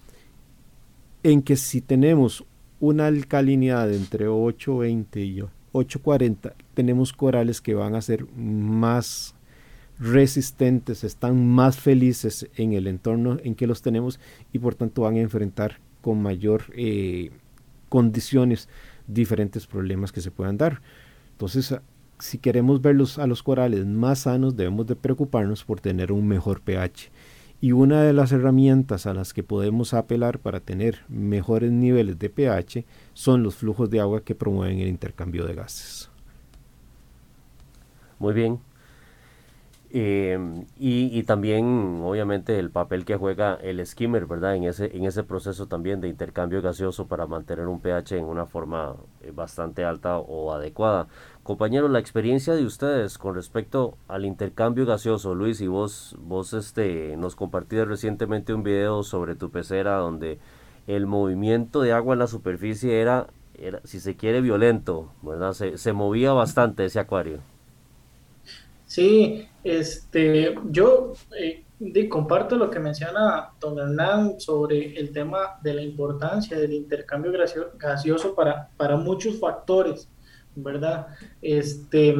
en que si tenemos una alcalinidad de entre ocho veinte y ocho cuarenta, tenemos corales que van a ser más resistentes, están más felices en el entorno en que los tenemos y por tanto van a enfrentar con mayor eh, condiciones diferentes problemas que se puedan dar. Entonces, si queremos verlos a los corales más sanos, debemos de preocuparnos por tener un mejor pH. Y una de las herramientas a las que podemos apelar para tener mejores niveles de pH son los flujos de agua que promueven el intercambio de gases. Muy bien. Eh, y, y también, obviamente, el papel que juega el skimmer, ¿verdad? En ese, en ese proceso también de intercambio gaseoso para mantener un pH en una forma eh, bastante alta o adecuada. Compañeros, la experiencia de ustedes con respecto al intercambio gaseoso, Luis, y vos, vos este, nos compartiste recientemente un video sobre tu pecera donde el movimiento de agua en la superficie era, era si se quiere, violento, ¿verdad? Se, se movía bastante ese acuario. Sí, este, yo eh, di- comparto lo que menciona don Hernán sobre el tema de la importancia del intercambio gaseo- gaseoso para, para muchos factores, ¿verdad? Este,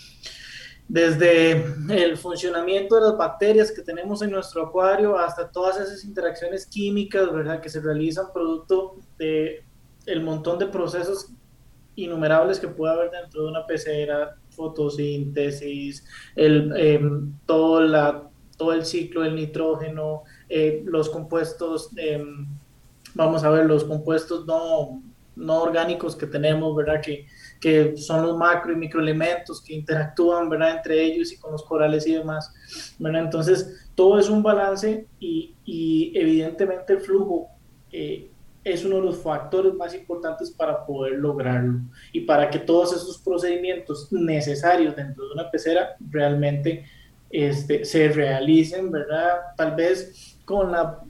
desde el funcionamiento de las bacterias que tenemos en nuestro acuario hasta todas esas interacciones químicas, ¿verdad? Que se realizan producto de el montón de procesos innumerables que puede haber dentro de una pecera, fotosíntesis, el, eh, todo, la, todo el ciclo del nitrógeno, eh, los compuestos, eh, vamos a ver, los compuestos no, no orgánicos que tenemos, ¿verdad? Que, que son los macro y microelementos que interactúan, ¿verdad? Entre ellos y con los corales y demás, ¿verdad? Entonces, todo es un balance y, y evidentemente el flujo eh, es uno de los factores más importantes para poder lograrlo y para que todos esos procedimientos necesarios dentro de una pecera realmente este, se realicen, ¿verdad? Tal vez con la,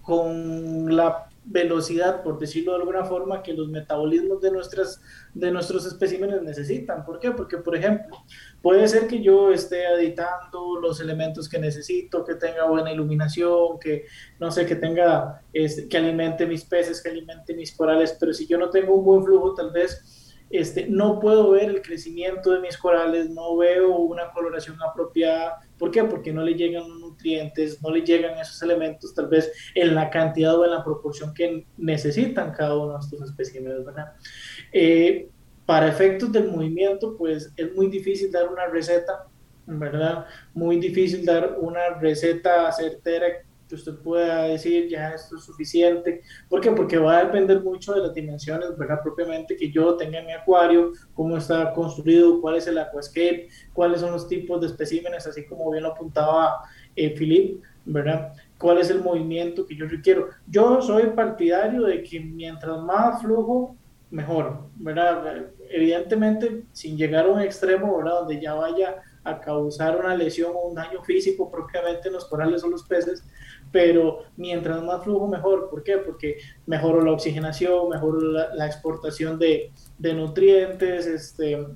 con la velocidad, por decirlo de alguna forma, que los metabolismos de, nuestras, de nuestros especímenes necesitan. ¿Por qué? Porque, por ejemplo, puede ser que yo esté editando los elementos que necesito, que tenga buena iluminación, que, no sé, que tenga, este, que alimente mis peces, que alimente mis corales, pero si yo no tengo un buen flujo, tal vez este, no puedo ver el crecimiento de mis corales, no veo una coloración apropiada. ¿Por qué? Porque no le llegan los nutrientes, no le llegan esos elementos tal vez en la cantidad o en la proporción que necesitan cada uno de estos especímenes, ¿verdad? Eh, para efectos del movimiento, pues es muy difícil dar una receta, ¿verdad? Muy difícil dar una receta certera que usted pueda decir, ya esto es suficiente. ¿Por qué? Porque va a depender mucho de las dimensiones, ¿verdad? Propiamente que yo tenga en mi acuario, cómo está construido, cuál es el aquascape, cuáles son los tipos de especímenes, así como bien lo apuntaba eh, Philip, ¿verdad? ¿Cuál es el movimiento que yo requiero? Yo soy partidario de que mientras más flujo, mejor, ¿verdad? Evidentemente, sin llegar a un extremo, ¿verdad? Donde ya vaya a causar una lesión o un daño físico propiamente en los corales o los peces, pero mientras más flujo mejor. ¿Por qué? Porque mejoro la oxigenación, mejoro la, la exportación de, de nutrientes, este,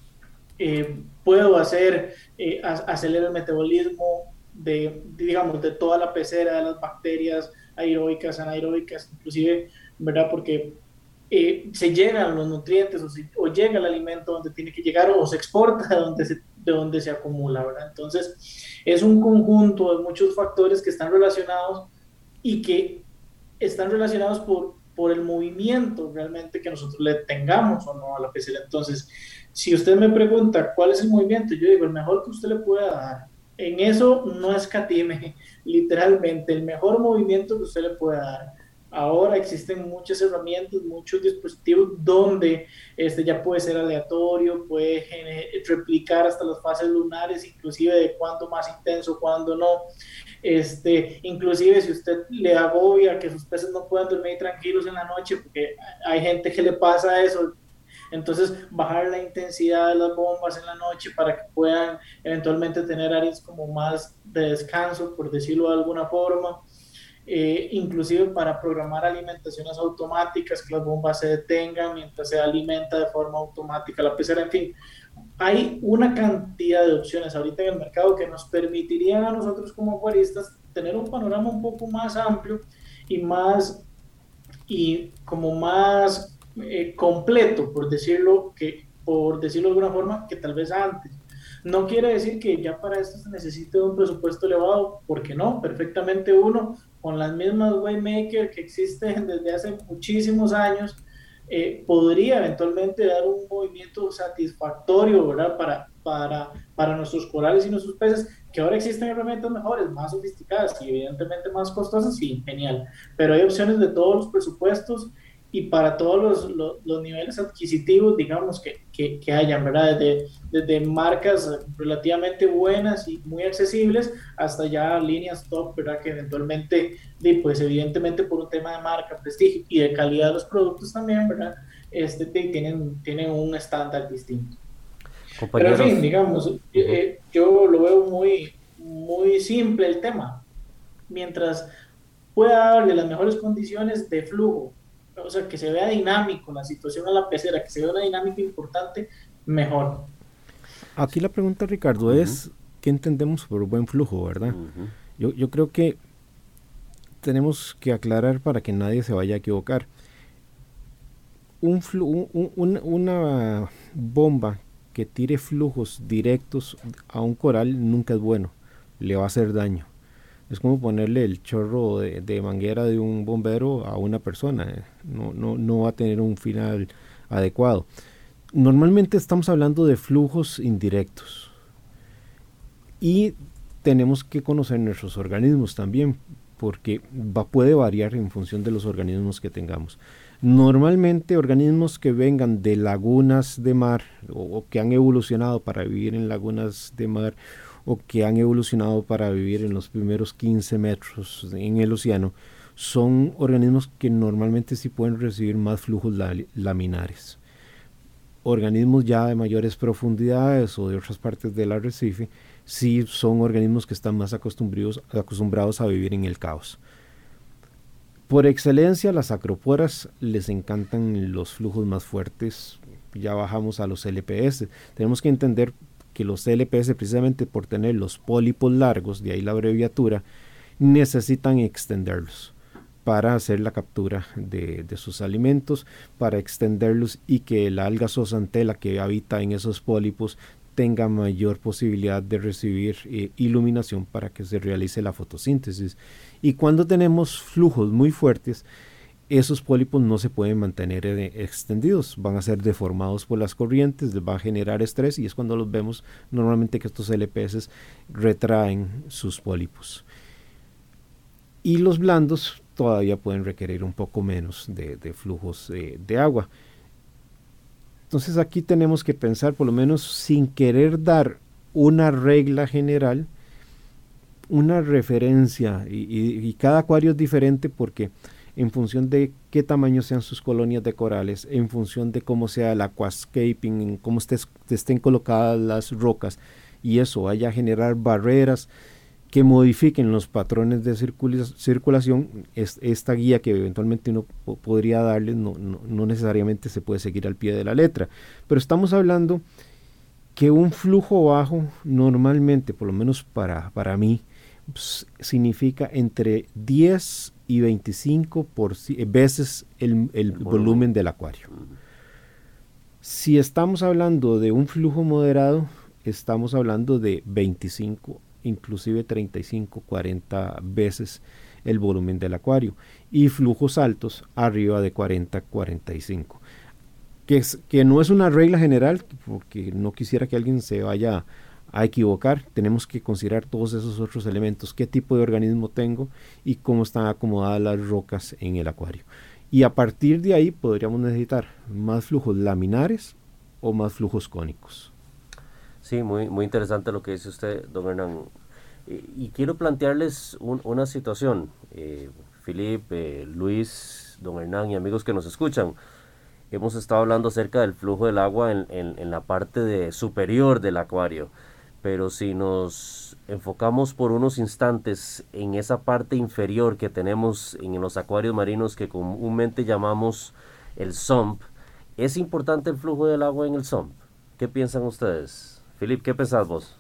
eh, puedo hacer, eh, acelerar el metabolismo de, digamos, de toda la pecera, de las bacterias aeróbicas, anaeróbicas, inclusive, ¿verdad? Porque eh, se llegan los nutrientes o, se, o llega el alimento donde tiene que llegar o se exporta de donde se, de donde se acumula, ¿verdad? Entonces, es un conjunto de muchos factores que están relacionados y que están relacionados por, por el movimiento realmente que nosotros le tengamos o no a la pecera. Entonces, si usted me pregunta cuál es el movimiento, yo digo el mejor que usted le pueda dar. En eso no escatime, literalmente, el mejor movimiento que usted le pueda dar. Ahora existen muchas herramientas, muchos dispositivos donde este ya puede ser aleatorio, puede gener, replicar hasta las fases lunares, inclusive de cuándo más intenso, cuándo no. Este, inclusive si usted le agobia que sus peces no puedan dormir tranquilos en la noche, porque hay gente que le pasa eso, entonces bajar la intensidad de las bombas en la noche para que puedan eventualmente tener áreas como más de descanso, por decirlo de alguna forma. Eh, inclusive para programar alimentaciones automáticas, que las bombas se detengan mientras se alimenta de forma automática la pecera. En fin, hay una cantidad de opciones ahorita en el mercado que nos permitirían a nosotros como acuaristas tener un panorama un poco más amplio y más y como más eh, completo, por decirlo que por decirlo de alguna forma, que tal vez antes. No quiere decir que ya para esto se necesite un presupuesto elevado, porque no, perfectamente uno con las mismas Waymaker que existen desde hace muchísimos años, eh, podría eventualmente dar un movimiento satisfactorio, ¿verdad? Para, para, para nuestros corales y nuestros peces, que ahora existen herramientas mejores, más sofisticadas y evidentemente más costosas, sí, genial. Pero hay opciones de todos los presupuestos y para todos los, los, los niveles adquisitivos, digamos, que, que, que hayan, ¿verdad? Desde, desde marcas relativamente buenas y muy accesibles hasta ya líneas top, ¿verdad? Que eventualmente, pues evidentemente por un tema de marca, prestigio y de calidad de los productos también, ¿verdad? Este, tienen, tienen un estándar distinto. Compañeros. Pero en fin, digamos, uh-huh. eh, yo lo veo muy, muy simple el tema. Mientras pueda darle las mejores condiciones de flujo, o sea, que se vea dinámico la situación a la pecera, que se vea una dinámica importante, mejor. Aquí la pregunta, Ricardo, uh-huh. es ¿qué entendemos por buen flujo, verdad? Uh-huh. Yo, yo creo que tenemos que aclarar para que nadie se vaya a equivocar. Un flu, un, un, una bomba que tire flujos directos a un coral nunca es bueno, le va a hacer daño. Es como ponerle el chorro de, de manguera de un bombero a una persona, no, no, no va a tener un final adecuado. Normalmente estamos hablando de flujos indirectos y tenemos que conocer nuestros organismos también, porque va, puede variar en función de los organismos que tengamos. Normalmente organismos que vengan de lagunas de mar o, o que han evolucionado para vivir en lagunas de mar o que han evolucionado para vivir en los primeros quince metros en el océano, son organismos que normalmente sí pueden recibir más flujos la, laminares. Organismos ya de mayores profundidades o de otras partes del arrecife, sí son organismos que están más acostumbrados, acostumbrados a vivir en el caos. Por excelencia, las acroporas les encantan los flujos más fuertes. Ya bajamos a los L P S. Tenemos que entender que los L P S, precisamente por tener los pólipos largos, de ahí la abreviatura, necesitan extenderlos para hacer la captura de, de sus alimentos, para extenderlos y que la alga zooxanthella que habita en esos pólipos tenga mayor posibilidad de recibir eh, iluminación para que se realice la fotosíntesis. Y cuando tenemos flujos muy fuertes, esos pólipos no se pueden mantener eh, extendidos, van a ser deformados por las corrientes, les va a generar estrés y es cuando los vemos normalmente que estos L P S retraen sus pólipos. Y los blandos todavía pueden requerir un poco menos de, de flujos eh, de agua. Entonces aquí tenemos que pensar, por lo menos sin querer dar una regla general, una referencia, y, y, y cada acuario es diferente porque en función de qué tamaño sean sus colonias de corales, en función de cómo sea el aquascaping, en cómo estés, estén colocadas las rocas, y eso vaya a generar barreras que modifiquen los patrones de circula, circulación, es, esta guía que eventualmente uno po podría darles no, no, no necesariamente se puede seguir al pie de la letra, pero estamos hablando que un flujo bajo normalmente, por lo menos para, para mí, pues, significa entre diez y veinticinco por, veces el, el, el volumen. volumen del acuario. Si estamos hablando de un flujo moderado, estamos hablando de veinticinco, inclusive treinta y cinco, cuarenta veces el volumen del acuario, y flujos altos arriba de cuarenta, cuarenta y cinco. Que, es, que no es una regla general, porque no quisiera que alguien se vaya a equivocar. Tenemos que considerar todos esos otros elementos, qué tipo de organismo tengo y cómo están acomodadas las rocas en el acuario. Y a partir de ahí podríamos necesitar más flujos laminares o más flujos cónicos. Sí, muy, muy interesante lo que dice usted, don Hernán. Y, y quiero plantearles un, una situación, eh, Felipe, eh, Luis, don Hernán y amigos que nos escuchan. Hemos estado hablando acerca del flujo del agua en, en, en la parte de superior del acuario, pero si nos enfocamos por unos instantes en esa parte inferior que tenemos en los acuarios marinos que comúnmente llamamos el sump, ¿es importante el flujo del agua en el sump? ¿Qué piensan ustedes? Felipe, ¿qué pensás vos?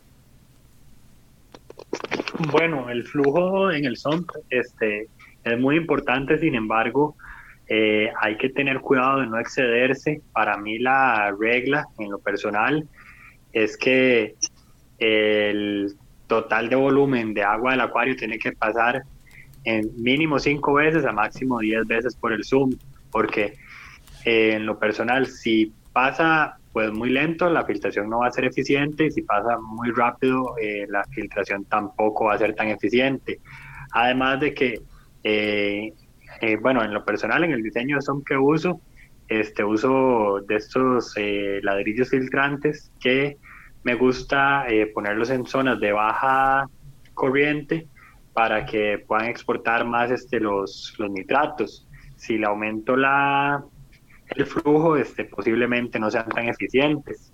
Bueno, el flujo en el sump este, es muy importante, sin embargo, eh, hay que tener cuidado de no excederse. Para mí la regla, en lo personal, es que el total de volumen de agua del acuario tiene que pasar en mínimo cinco veces a máximo diez veces por el sump, porque eh, en lo personal, si pasa pues muy lento, la filtración no va a ser eficiente, y si pasa muy rápido, eh, la filtración tampoco va a ser tan eficiente. Además de que eh, Eh, bueno, en lo personal, en el diseño de S O M que uso, este, uso de estos eh, ladrillos filtrantes que me gusta eh, ponerlos en zonas de baja corriente para que puedan exportar más este, los, los nitratos. Si le aumento la, el flujo, este, posiblemente no sean tan eficientes.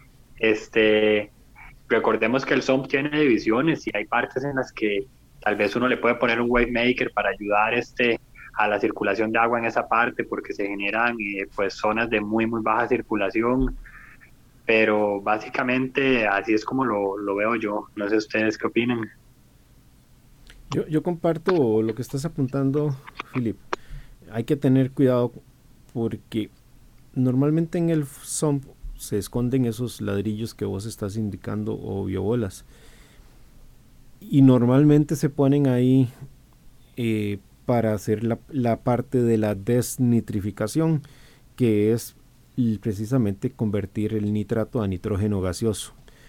Este, recordemos que el S O M tiene divisiones y hay partes en las que tal vez uno le puede poner un wave maker para ayudar este, a la circulación de agua en esa parte, porque se generan eh, pues zonas de muy muy baja circulación, pero básicamente así es como lo, lo veo yo. No sé ustedes qué opinan. Yo, yo comparto lo que estás apuntando, Philip. Hay que tener cuidado porque normalmente en el S O M se esconden esos ladrillos que vos estás indicando o biobolas, y normalmente se ponen ahí eh, para hacer la, la parte de la desnitrificación, que es precisamente convertir el nitrato a nitrógeno gaseoso.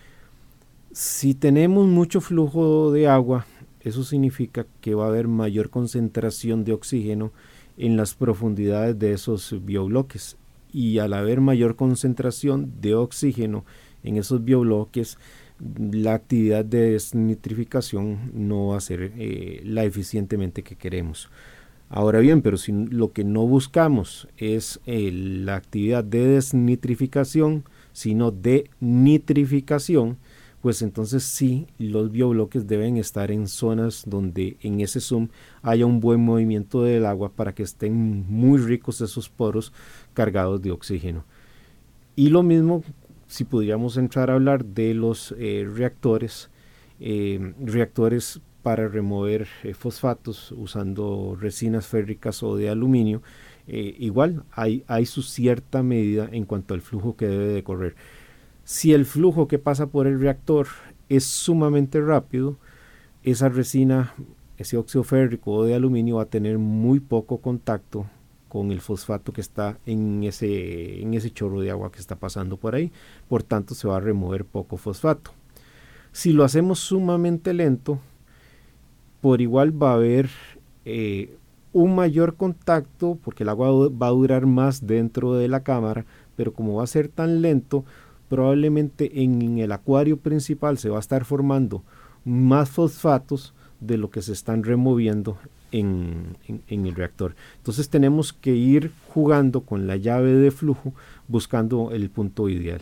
Si tenemos mucho flujo de agua, eso significa que va a haber mayor concentración de oxígeno en las profundidades de esos biobloques, y al haber mayor concentración de oxígeno en esos biobloques, la actividad de desnitrificación no va a ser eh, la eficientemente que queremos. Ahora bien, pero si lo que no buscamos es eh, la actividad de desnitrificación, sino de nitrificación, pues entonces sí, los biobloques deben estar en zonas donde en ese S O M haya un buen movimiento del agua para que estén muy ricos esos poros cargados de oxígeno. Y lo mismo si pudiéramos entrar a hablar de los eh, reactores, eh, reactores para remover eh, fosfatos usando resinas férricas o de aluminio, eh, igual hay, hay su cierta medida en cuanto al flujo que debe de correr. Si el flujo que pasa por el reactor es sumamente rápido, esa resina, ese óxido férrico o de aluminio va a tener muy poco contacto con el fosfato que está en ese, en ese chorro de agua que está pasando por ahí, por tanto se va a remover poco fosfato. Si lo hacemos sumamente lento, por igual va a haber eh, un mayor contacto, porque el agua va a durar más dentro de la cámara, pero como va a ser tan lento, probablemente en el acuario principal se va a estar formando más fosfatos de lo que se están removiendo en, en, en el reactor. Entonces tenemos que ir jugando con la llave de flujo buscando el punto ideal.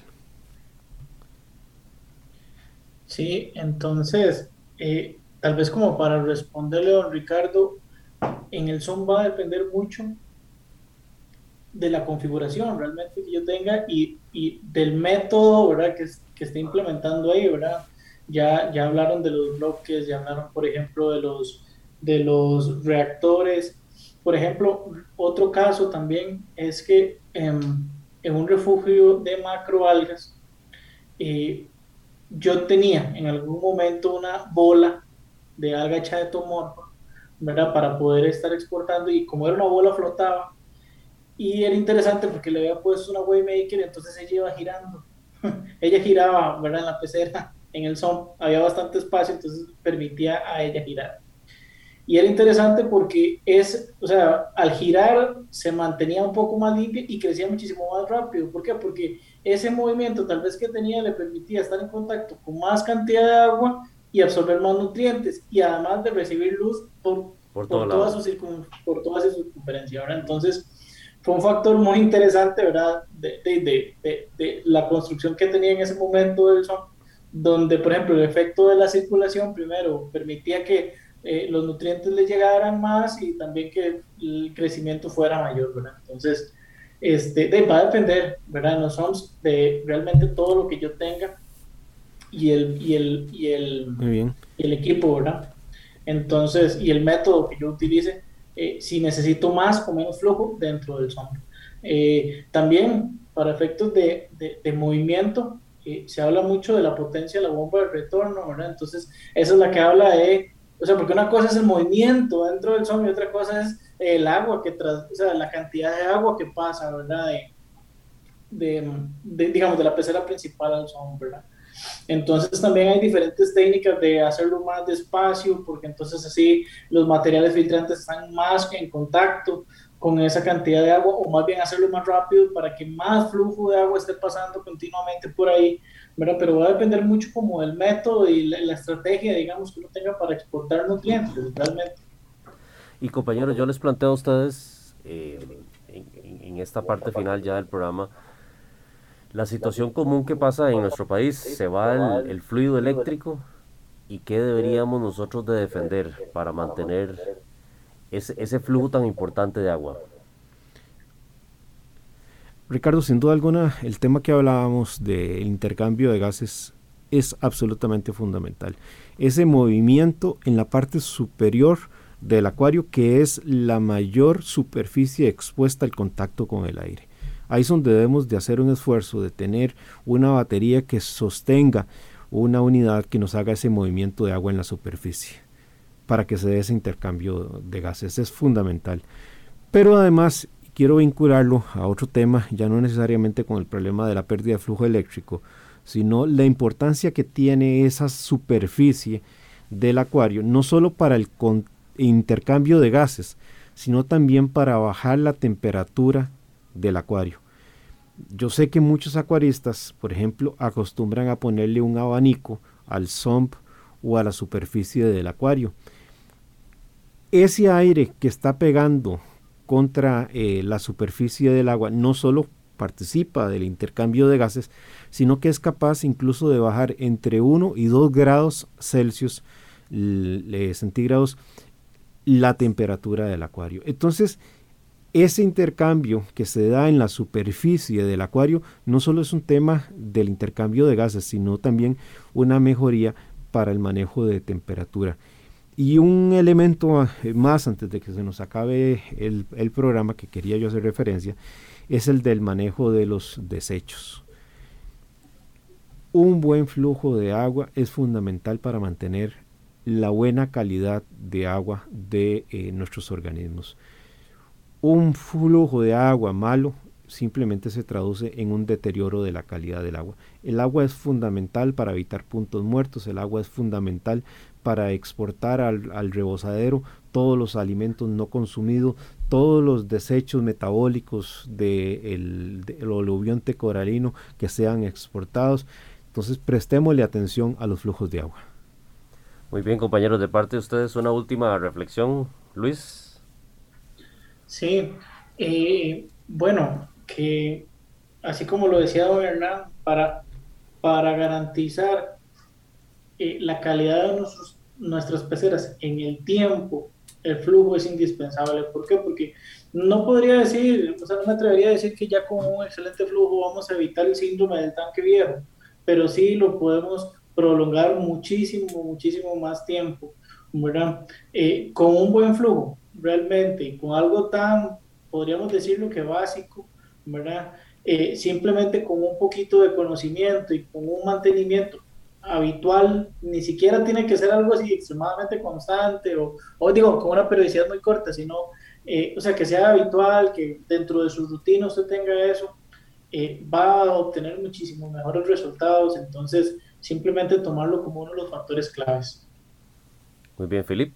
Sí, entonces, eh, tal vez como para responderle a don Ricardo, en el S O M va a depender mucho de la configuración realmente que yo tenga y, y del método, ¿verdad?, que, que esté implementando ahí, ¿verdad? Ya, ya hablaron de los bloques, ya hablaron, por ejemplo, de los, de los reactores. Por ejemplo, otro caso también es que eh, en un refugio de macroalgas, eh, yo tenía en algún momento una bola de alga chaetomorfa, ¿verdad?, para poder estar exportando, y como era una bola flotaba, y era interesante porque le había puesto una wave maker, entonces ella iba girando. Ella giraba, ¿verdad?, en la pecera, en el S O M, había bastante espacio, entonces permitía a ella girar. Y era interesante porque es, o sea, al girar se mantenía un poco más limpia y crecía muchísimo más rápido. ¿Por qué? Porque ese movimiento tal vez que tenía le permitía estar en contacto con más cantidad de agua y absorber más nutrientes, y además de recibir luz por, por, por, toda, su circun, por toda su circunferencia, ¿verdad? Entonces fue un factor muy interesante, ¿verdad?, de, de, de, de, de la construcción que tenía en ese momento del S O M, donde, por ejemplo, el efecto de la circulación primero permitía que eh, los nutrientes le llegaran más y también que el crecimiento fuera mayor, ¿verdad? Entonces, este, de, va a depender, ¿verdad?, en los S O Ms de realmente todo lo que yo tenga y el, y el, y el, Muy bien. y el equipo, ¿verdad? Entonces, y el método que yo utilice, eh, si necesito más o menos flujo dentro del S O M. Eh, también, para efectos de, de, de movimiento, eh, se habla mucho de la potencia de la bomba de retorno, ¿verdad? Entonces, esa es la que habla de, o sea, porque una cosa es el movimiento dentro del S O M y otra cosa es el agua que tras, o sea, la cantidad de agua que pasa, ¿verdad?, de, de, de digamos, de la pecera principal al S O M, ¿verdad? Entonces también hay diferentes técnicas de hacerlo más despacio, porque entonces así los materiales filtrantes están más en contacto con esa cantidad de agua, o más bien hacerlo más rápido para que más flujo de agua esté pasando continuamente por ahí, ¿verdad? Pero va a depender mucho como del método y la, la estrategia, digamos, que uno tenga para exportar nutrientes, realmente. Y compañeros, yo les planteo a ustedes eh, en, en esta parte final ya del programa la situación común que pasa en nuestro país. Se va el, el fluido eléctrico, y qué deberíamos nosotros de defender para mantener ese, ese flujo tan importante de agua. Ricardo, sin duda alguna, el tema que hablábamos del intercambio de gases es absolutamente fundamental. Ese movimiento en la parte superior del acuario, que es la mayor superficie expuesta al contacto con el aire. Ahí es donde debemos de hacer un esfuerzo de tener una batería que sostenga una unidad que nos haga ese movimiento de agua en la superficie para que se dé ese intercambio de gases. Es fundamental. Pero además quiero vincularlo a otro tema, ya no necesariamente con el problema de la pérdida de flujo eléctrico, sino la importancia que tiene esa superficie del acuario, no solo para el con- intercambio de gases, sino también para bajar la temperatura del acuario. Yo sé que muchos acuaristas, por ejemplo, acostumbran a ponerle un abanico al sump o a la superficie del acuario. Ese aire que está pegando contra eh, la superficie del agua no solo participa del intercambio de gases, sino que es capaz incluso de bajar entre uno y dos grados Celsius l- centígrados la temperatura del acuario. Entonces, ese intercambio que se da en la superficie del acuario no solo es un tema del intercambio de gases, sino también una mejoría para el manejo de temperatura. Y un elemento más, antes de que se nos acabe el, el programa, que quería yo hacer referencia, es el del manejo de los desechos. Un buen flujo de agua es fundamental para mantener la buena calidad de agua de eh, nuestros organismos. Un flujo de agua malo simplemente se traduce en un deterioro de la calidad del agua. El agua es fundamental para evitar puntos muertos, el agua es fundamental para exportar al, al rebosadero todos los alimentos no consumidos, todos los desechos metabólicos del de de aluvionte coralino que sean exportados. Entonces prestémosle atención a los flujos de agua. Muy bien, compañeros, de parte de ustedes una última reflexión, Luis. Sí, eh, bueno, que así como lo decía don Hernán, para, para garantizar eh, la calidad de nuestros, nuestras peceras en el tiempo, el flujo es indispensable. ¿Por qué? Porque no podría decir, o sea, no me atrevería a decir que ya con un excelente flujo vamos a evitar el síndrome del tanque viejo, pero sí lo podemos prolongar muchísimo, muchísimo más tiempo, ¿verdad? Eh, con un buen flujo, realmente, con algo tan, podríamos decirlo que básico, ¿verdad? Eh, simplemente con un poquito de conocimiento y con un mantenimiento habitual, ni siquiera tiene que ser algo así extremadamente constante o, o digo, con una periodicidad muy corta, sino, eh, o sea, que sea habitual, que dentro de su rutina usted tenga eso, eh, va a obtener muchísimo mejores resultados. Entonces, simplemente tomarlo como uno de los factores claves. Muy bien, Felipe.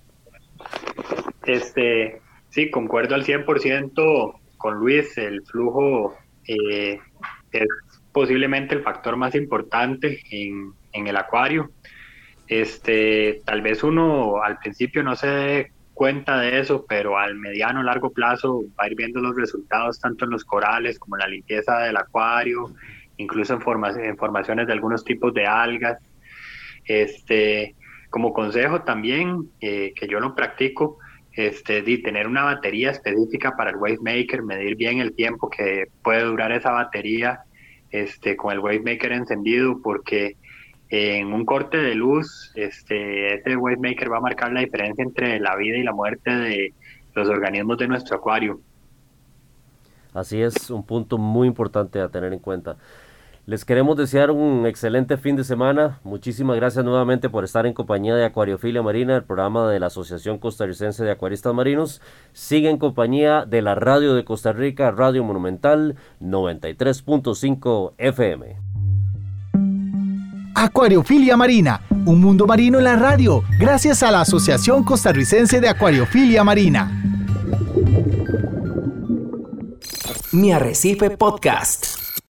Este, sí, concuerdo al cien por ciento con Luis. El flujo eh, es posiblemente el factor más importante en, en el acuario. Este, tal vez uno al principio no se dé cuenta de eso, pero al mediano o largo plazo va a ir viendo los resultados tanto en los corales como en la limpieza del acuario, incluso en, forma, en formaciones de algunos tipos de algas. Este, como consejo también, eh, que yo lo practico, este, de tener una batería específica para el wavemaker, medir bien el tiempo que puede durar esa batería este, con el wavemaker encendido, porque en un corte de luz, este, este wavemaker va a marcar la diferencia entre la vida y la muerte de los organismos de nuestro acuario. Así es, un punto muy importante a tener en cuenta. Les queremos desear un excelente fin de semana. Muchísimas gracias nuevamente por estar en compañía de Acuariofilia Marina, el programa de la Asociación Costarricense de Acuaristas Marinos. Sigue en compañía de la Radio de Costa Rica, Radio Monumental noventa y tres punto cinco F M. Acuariofilia Marina, un mundo marino en la radio, gracias a la Asociación Costarricense de Acuariofilia Marina. Mi Arrecife Podcast.